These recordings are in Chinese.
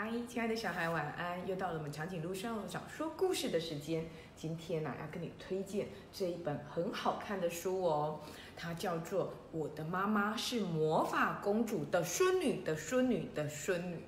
嗨，亲爱的小孩，晚安！又到了我们长颈鹿上小说故事的时间。今天要跟你推荐这一本很好看的书哦，它叫做《我的妈妈是魔法公主的孙女的孙女的孙女》。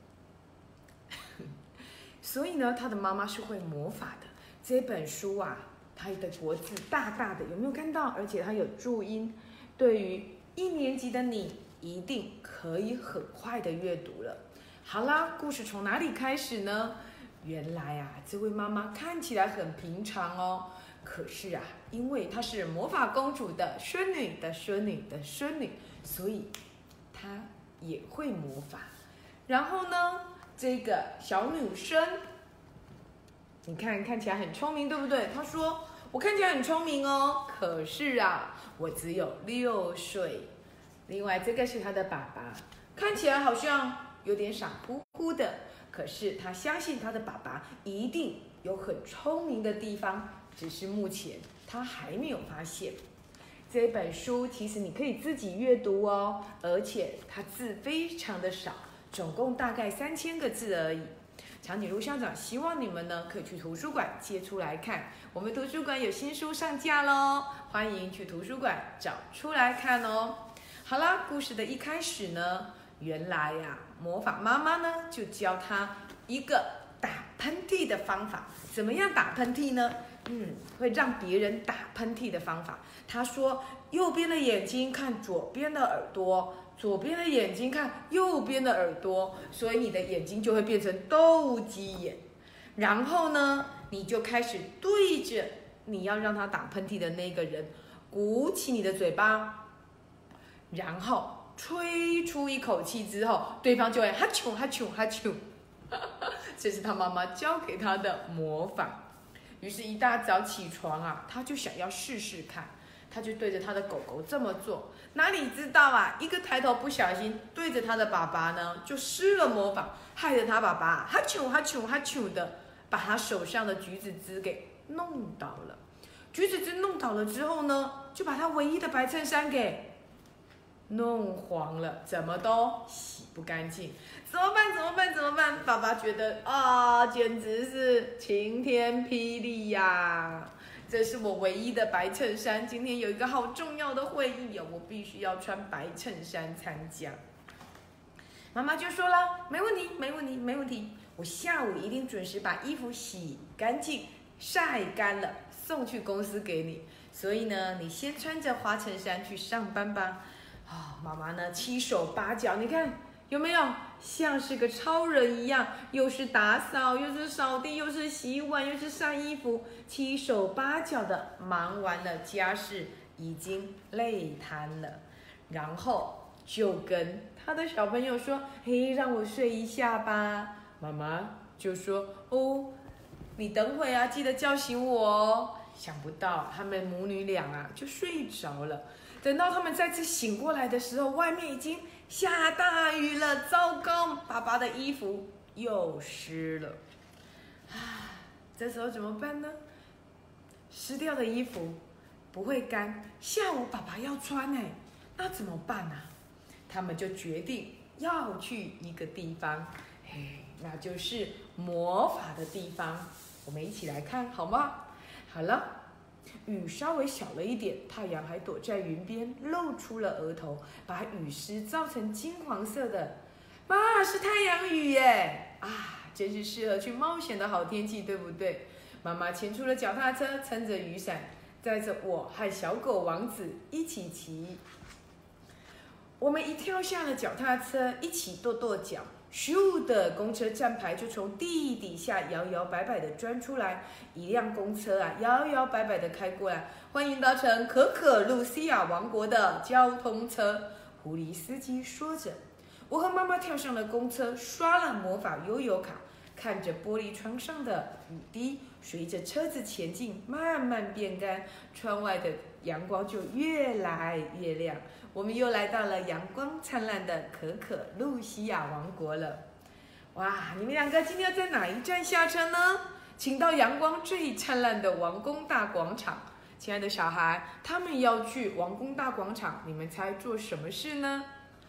所以呢，她的妈妈是会魔法的。这本书它的国字大大的，有没有看到？而且它有注音，对于1年级的你，一定可以很快的阅读了。好啦，故事从哪里开始呢？原来这位妈妈看起来很平常哦，可是因为她是魔法公主的孙女的孙女的孙女，所以她也会魔法。然后呢，这个小女生，你看起来很聪明，对不对？她说：“我看起来很聪明哦，可是我只有6岁。”另外，这个是她的爸爸，看起来好像有点傻乎乎的，可是他相信他的爸爸一定有很聪明的地方，只是目前他还没有发现。这本书其实你可以自己阅读哦，而且它字非常的少，总共大概3000个字而已。长颈鹿校长希望你们呢可以去图书馆借出来看，我们图书馆有新书上架咯，欢迎去图书馆找出来看哦。好啦，故事的一开始呢，原来魔法妈妈呢就教他一个打喷嚏的方法。怎么样打喷嚏呢？会让别人打喷嚏的方法。他说，右边的眼睛看左边的耳朵，左边的眼睛看右边的耳朵，所以你的眼睛就会变成斗鸡眼。然后呢，你就开始对着你要让他打喷嚏的那个人鼓起你的嘴巴，然后吹出一口气之后，对方就会哈啾哈啾哈啾。这是他妈妈教给他的魔法。于是，一大早起床他就想要试试看，他就对着他的狗狗这么做。哪里知道一个抬头不小心对着他的爸爸呢，就施了魔法，害得他爸爸哈啾哈啾哈啾的把他手上的橘子汁给弄倒了。橘子汁弄倒了之后呢，就把他唯一的白衬衫给弄黄了，怎么都洗不干净。怎么办？爸爸觉得简直是晴天霹雳呀！这是我唯一的白衬衫，今天有一个好重要的会议我必须要穿白衬衫参加。妈妈就说了，没问题，我下午一定准时把衣服洗干净、晒干了，送去公司给你。所以呢，你先穿着花衬衫去上班吧。妈妈呢7手8脚，你看有没有像是个超人一样，又是打扫，又是扫地，又是洗碗，又是晒衣服，7手8脚的忙完了家事，已经累瘫了。然后就跟他的小朋友说：“嘿，让我睡一下吧。”妈妈就说：“你等会记得叫醒我哦。”想不到他们母女俩就睡着了。等到他们再次醒过来的时候，外面已经下大雨了，糟糕！爸爸的衣服又湿了。这时候怎么办呢？湿掉的衣服不会干，下午爸爸要穿那怎么办他们就决定要去一个地方，那就是魔法的地方。我们一起来看好吗？好了。雨稍微小了一点，太阳还躲在云边，露出了额头，把雨湿造成金黄色的。是太阳雨耶！真是适合去冒险的好天气，对不对？妈妈牵出了脚踏车，撑着雨伞，载着我和小狗王子一起骑。我们一跳下了脚踏车，一起跺脚。咻的，公车站牌就从地底下摇摇摆摆的钻出来，一辆公车摇摇摆摆的开过来，欢迎搭乘可可露西亚王国的交通车。狐狸司机说着，我和妈妈跳上了公车，刷了魔法悠游卡，看着玻璃窗上的雨滴随着车子前进慢慢变干，窗外的阳光就越来越亮。我们又来到了阳光灿烂的可可露西亚王国了。你们两个今天要在哪一站下车呢？请到阳光最灿烂的王宫大广场。亲爱的小孩，他们要去王宫大广场，你们猜做什么事呢？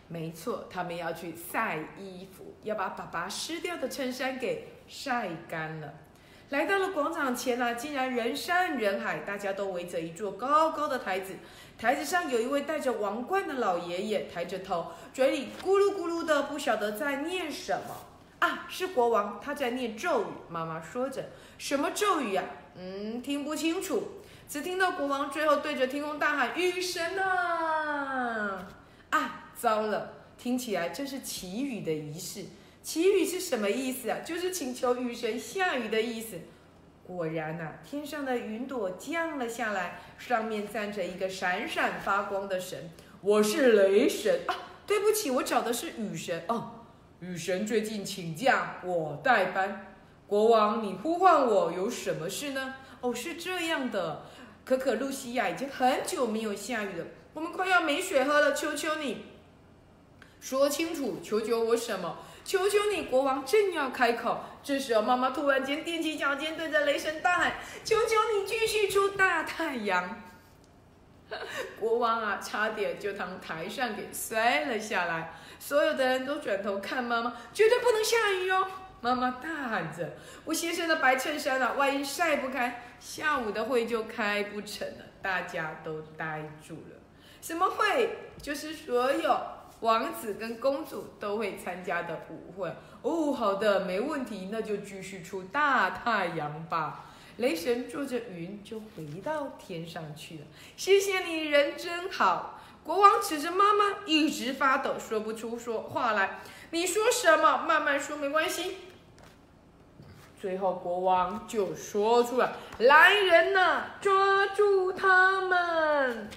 没错，他们要去晒衣服，要把爸爸湿掉的衬衫给晒干了。来到了广场前啊，竟然人山人海，大家都围着一座高高的台子，台子上有一位戴着王冠的老爷爷，抬着头，嘴里咕噜咕噜的，不晓得在念什么啊，是国王，他在念咒语。妈妈说着，什么咒语啊？听不清楚，只听到国王最后对着天空大喊：“雨神啊！”啊，糟了，听起来这是祈雨的仪式。祈雨是什么意思啊？就是请求雨神下雨的意思。果然啊，天上的云朵降了下来，上面站着一个闪闪发光的神。我是雷神啊！对不起，我找的是雨神哦。雨神最近请假，我代班。国王，你呼唤我有什么事呢？哦，是这样的，可可露西亚已经很久没有下雨了，我们快要没水喝了，求求你说清楚，求求我什么？求求你！国王正要开口，这时候妈妈突然间踮起脚尖，对着雷神大喊：“求求你继续出大太阳！”国王啊，差点就从台上给摔了下来。所有的人都转头看妈妈，绝对不能下雨哦！妈妈大喊着：“我先生的白衬衫啊，万一晒不开，下午的会就开不成了。”大家都呆住了。什么会？就是所有王子跟公主都会参加的舞会哦。好的，没问题，那就继续出大太阳吧。雷神坐着云就回到天上去了。谢谢你，人真好。国王指着妈妈，一直发抖，说不出话来。你说什么？慢慢说，没关系。最后国王就说出来：“来人呐，抓住他们！”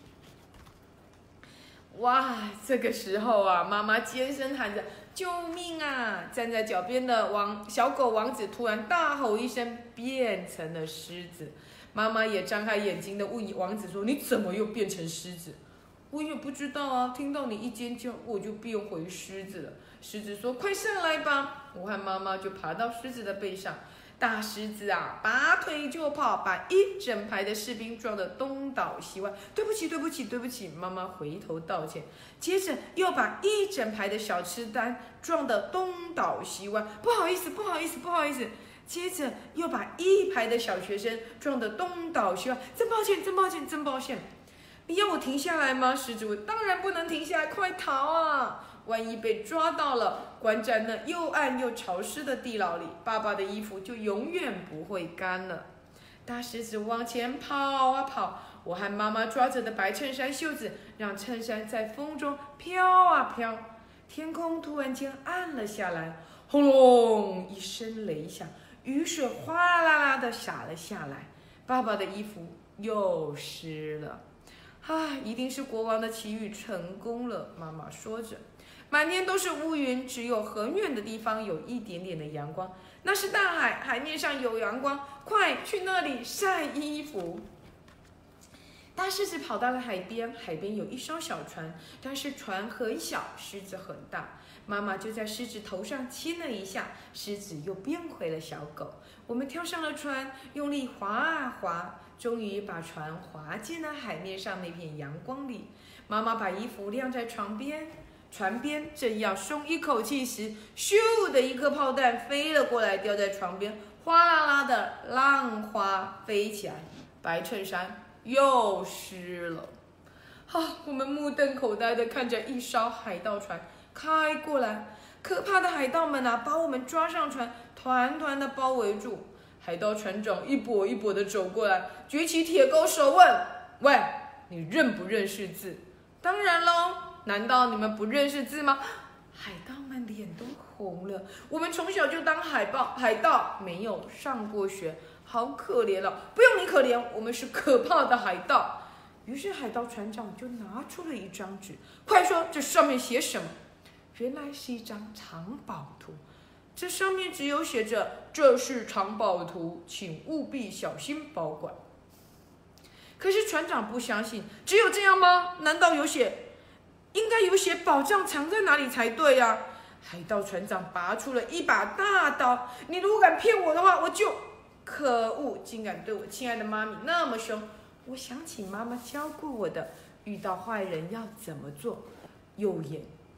哇，这个时候啊，妈妈尖声喊着：“救命啊！”站在脚边的小狗王子突然大吼一声，变成了狮子。妈妈也张开眼睛的问王子说：“你怎么又变成狮子？”我也不知道啊，听到你一尖叫，我就变回狮子了。狮子说：“快上来吧！”我和妈妈就爬到狮子的背上。大狮子啊，拔腿就跑，把一整排的士兵撞得东倒西歪。对不起，对不起，对不起！妈妈回头道歉，接着又把一整排的小吃摊撞得东倒西歪。不好意思，不好意思，不好意思！接着又把一排的小学生撞得东倒西歪。真抱歉，真抱歉，真抱歉！你要我停下来吗？狮子问。当然不能停下来，快逃啊！万一被抓到了，关在那又暗又潮湿的地牢里，爸爸的衣服就永远不会干了。大狮子往前跑啊跑，我和妈妈抓着的白衬衫袖子，让衬衫在风中飘啊飘。天空突然间暗了下来，轰隆一声雷响，雨水哗啦啦的洒了下来，爸爸的衣服又湿了。一定是国王的祈雨成功了，妈妈说着。满天都是乌云，只有很远的地方有一点点的阳光，那是大海，海面上有阳光，快去那里晒衣服。大狮子跑到了海边，海边有一艘小船，但是船很小，狮子很大。妈妈就在狮子头上亲了一下，狮子又变回了小狗。我们跳上了船，用力划啊划，终于把船划进了海面上那片阳光里。妈妈把衣服晾在船边正要松一口气时，咻的一颗炮弹飞了过来，掉在床边，哗啦啦的浪花飞起来，白衬衫又湿了。我们目瞪口呆的看着一艘海盗船开过来，可怕的海盗们啊，把我们抓上船，团团的包围住。海盗船长一跛一跛的走过来，举起铁钩手问：“喂，你认不认识字？”“当然喽，难道你们不认识字吗？”海盗们脸都红了。我们从小就当海盗，没有上过学，好可怜哦。不用你可怜，我们是可怕的海盗。于是海盗船长就拿出了一张纸，快说，这上面写什么？原来是一张藏宝图，这上面只有写着：“这是藏宝图，请务必小心保管。”可是船长不相信，只有这样吗？难道应该有写宝藏藏在哪里才对啊！海盗船长拔出了一把大刀，你如果敢骗我的话，我就……可恶，竟敢对我亲爱的妈咪那么凶！我想起妈妈教过我的，遇到坏人要怎么做，又严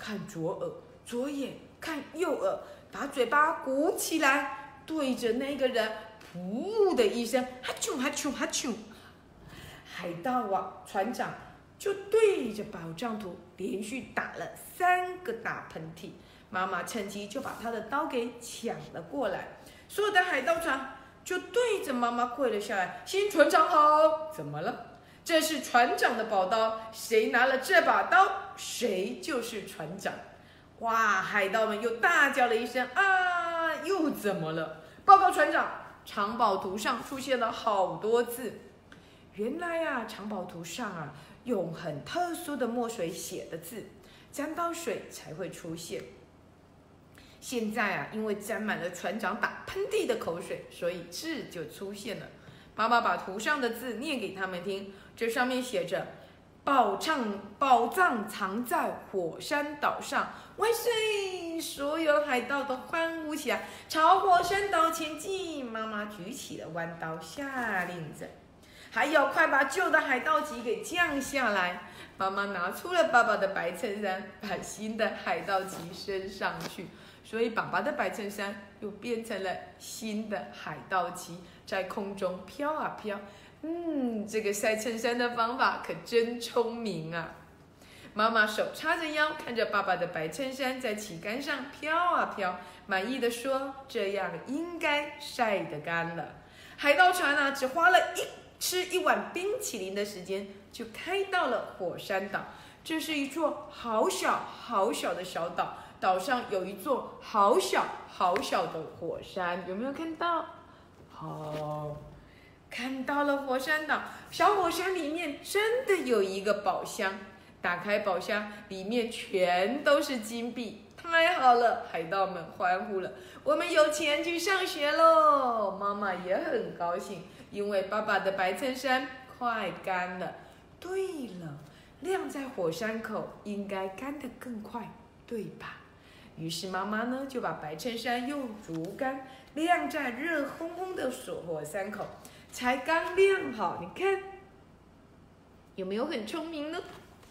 看左耳，左眼看右耳，把嘴巴鼓起来，对着那个人，噗的一声，哈啾哈啾哈啾。海盗船长就对着宝藏图连续打了3个大喷嚏。妈妈趁机就把他的刀给抢了过来，所有的海盗船就对着妈妈跪了下来。新船长好，怎么了？这是船长的宝刀，谁拿了这把刀，谁就是船长。哇！海盗们又大叫了一声啊！又怎么了？报告船长，藏宝图上出现了好多字。原来啊，藏宝图上啊，用很特殊的墨水写的字，沾到水才会出现。现在啊，因为沾满了船长打喷嚏的口水，所以字就出现了。妈妈把图上的字念给他们听，这上面写着：宝藏藏在火山岛上，万岁！所有海盗都欢呼起来，朝火山岛前进。妈妈举起了弯刀，下令着：还有，快把旧的海盗旗给降下来。妈妈拿出了爸爸的白衬衫，把新的海盗旗升上去。所以爸爸的白衬衫又变成了新的海盗旗，在空中飘啊飘。这个晒衬衫的方法可真聪明啊！妈妈手叉着腰，看着爸爸的白衬衫在旗杆上飘啊飘，满意的说：“这样应该晒得干了。”海盗船啊，只花了吃一碗冰淇淋的时间，就开到了火山岛。这是一座好小好小的小岛。岛上有一座好小好小的火山，有没有看到？好，看到了火山岛。小火山里面真的有一个宝箱，打开宝箱，里面全都是金币，太好了！海盗们欢呼了，我们有钱去上学喽！妈妈也很高兴，因为爸爸的白衬衫快干了。对了，晾在火山口应该干得更快，对吧？于是妈妈呢，就把白衬衫用竹竿晾在热烘烘的火山口，才刚晾好。你看，有没有很聪明呢？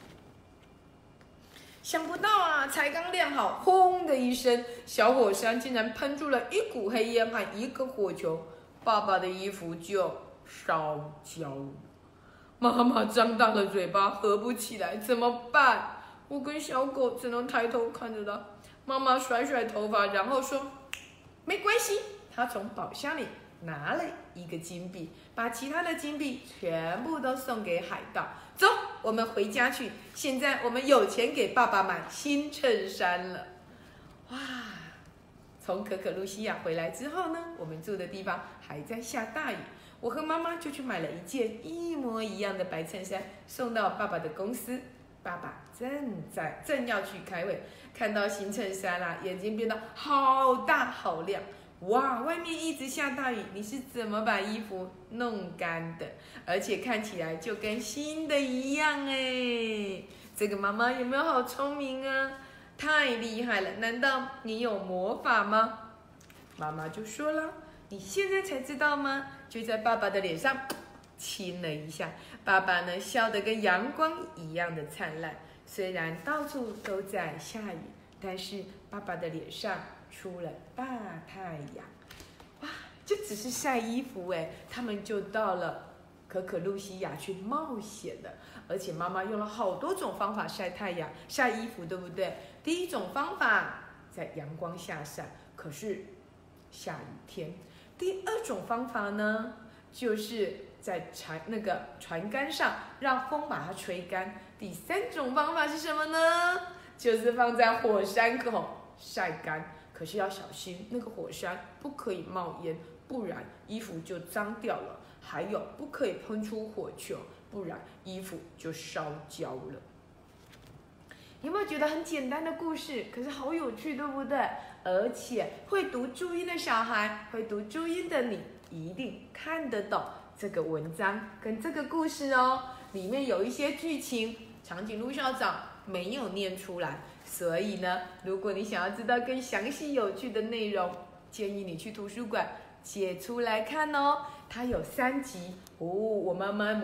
想不到啊，才刚晾好，轰的一声，小火山竟然喷出了一股黑烟和一个火球，爸爸的衣服就烧焦了。妈妈张大了嘴巴，合不起来，怎么办？我跟小狗只能抬头看着它。妈妈甩甩头发，然后说：“没关系。”她从宝箱里拿了一个金币，把其他的金币全部都送给海盗。走，我们回家去。现在我们有钱给爸爸买新衬衫了。哇！从可可露西亚回来之后呢，我们住的地方还在下大雨。我和妈妈就去买了一件一模一样的白衬衫，送到爸爸的公司。爸爸正要去开会，看到新衬衫啦，眼睛变得好大好亮。哇，外面一直下大雨，你是怎么把衣服弄干的？而且看起来就跟新的一样哎！这个妈妈有没有好聪明啊？太厉害了！难道你有魔法吗？妈妈就说了：“你现在才知道吗？”就在爸爸的脸上亲了一下。爸爸呢，笑得跟阳光一样的灿烂。虽然到处都在下雨，但是爸爸的脸上出了大太阳。哇，这只是晒衣服哎，他们就到了可可露西亚去冒险了。而且妈妈用了好多种方法晒太阳、晒衣服，对不对？第一种方法在阳光下晒，可是下雨天。第二种方法呢，就是在船杆上让风把它吹干。第三种方法是什么呢？就是放在火山口晒干。可是要小心，那个火山不可以冒烟，不然衣服就脏掉了。还有，不可以喷出火球，不然衣服就烧焦了。有没有觉得很简单的故事？可是好有趣，对不对？而且会读注音的小孩，会读注音的你，一定看得懂这个文章跟这个故事哦。里面有一些剧情，长颈鹿校长没有念出来，所以呢，如果你想要知道更详细有趣的内容，建议你去图书馆借出来看哦。它有3集哦，我慢慢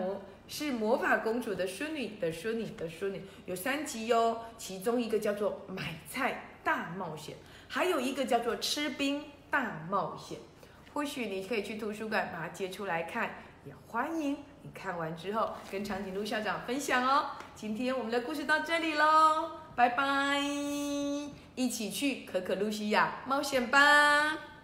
是魔法公主的孙女的孙女的孙女，有3集哦。其中一个叫做买菜大冒险，还有一个叫做吃冰大冒险。或许你可以去图书馆把它借出来看，也欢迎你看完之后跟长颈鹿校长分享哦。今天我们的故事到这里喽，拜拜，一起去可可露西亚冒险吧。